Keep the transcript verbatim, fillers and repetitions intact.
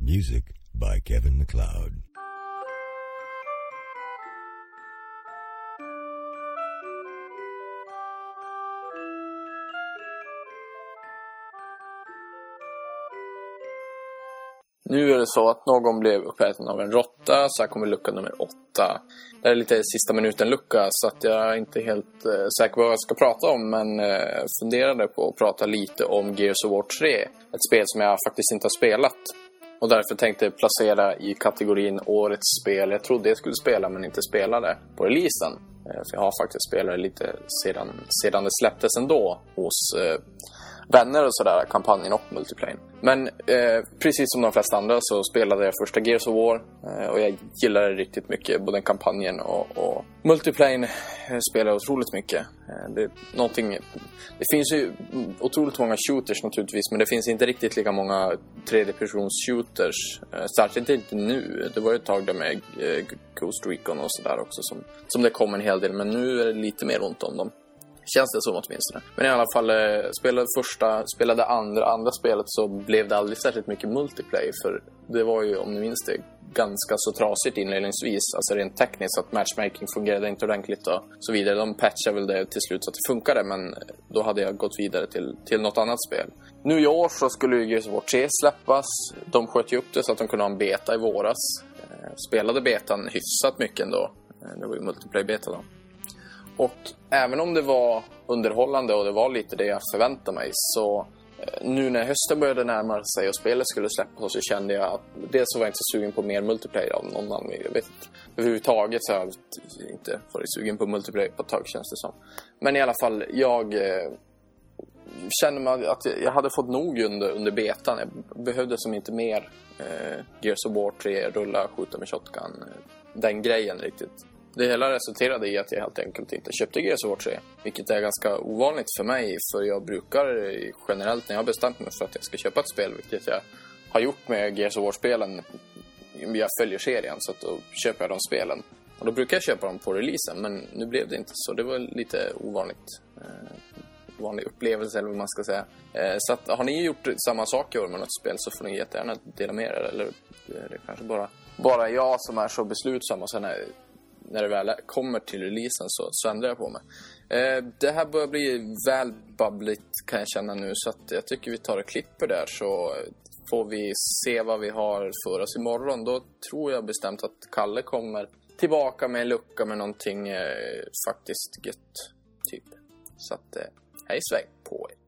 Music by Kevin MacLeod. Nu är det så att någon blev uppäten av en råtta, så här kommer lucka nummer åtta. Det är lite sista minuten lucka, så att jag är inte helt eh, säker på vad jag ska prata om, men eh, funderade på att prata lite om Gears of War tre. Ett spel som jag faktiskt inte har spelat. Och därför tänkte jag placera i kategorin årets spel jag trodde jag skulle spela men inte spelade på releasen. Eh, för jag har faktiskt spelat lite sedan, sedan det släpptes ändå hos... Eh, vänner och sådär, kampanjen och multiplayer. Men eh, precis som de flesta andra så spelade jag första Gears of War eh, och jag gillade riktigt mycket både kampanjen och, och multiplayer eh, spelade otroligt mycket. Eh, det, är någonting, det finns ju otroligt många shooters naturligtvis, men det finns inte riktigt lika många tredjepersons shooters, eh, särskilt inte nu. Det var ju ett tag där med eh, Ghost Recon och sådär också som, som det kom en hel del, men nu är det lite mer runt om dem. Känns det så åtminstone. Men i alla fall eh, spelade första, spelade andra, andra spelet så blev det aldrig särskilt mycket multiplayer. För det var ju, om ni minns det, ganska så trasigt inledningsvis. Alltså rent tekniskt, att matchmaking fungerade inte ordentligt och så vidare. De patchade väl det till slut så att det funkade, men då hade jag gått vidare till, till något annat spel. Nu i år så skulle ju Gears of War tre släppas. De sköt ju upp det så att de kunde ha en beta i våras. Eh, spelade betan hyfsat mycket ändå. Eh, det var ju multiplayer-beta då. Och även om det var underhållande och det var lite det jag förväntade mig, så eh, nu när hösten började närma sig och spelet skulle släppas så kände jag att dels så var jag inte så sugen på mer multiplayer av någon annan. Jag vet inte. Överhuvudtaget så har jag inte varit sugen på multiplayer på ett tag, känns det som. Men i alla fall, jag eh, kände mig att jag hade fått nog under, under betan. Jag behövde som inte mer eh, Gears of War tre, rulla, skjuta med shotgun. Den grejen riktigt. Det hela resulterade i att jag helt enkelt inte köpte Gears of War tre. Vilket är ganska ovanligt för mig. För jag brukar generellt, när jag har bestämt mig för att jag ska köpa ett spel, vilket jag har gjort med Gears of War-spelen, jag följer serien, så att då köper jag de spelen. Och då brukar jag köpa dem på releasen, men nu blev det inte så. Det var lite ovanligt. Eh, vanlig upplevelse eller vad man ska säga. Eh, så att, har ni gjort samma sak i år med något spel så får ni jättegärna dela med er. Eller det är kanske bara, bara jag som är så beslutsam och sen är... när det väl kommer till releasen så, så ändrar jag på mig. Eh, det här börjar bli väl babbligt kan jag känna nu, så att jag tycker vi tar och klipper där, så får vi se vad vi har för oss imorgon. Då tror jag bestämt att Kalle kommer tillbaka med en lucka med någonting eh, faktiskt gött typ. Så att eh, hej sväng på er.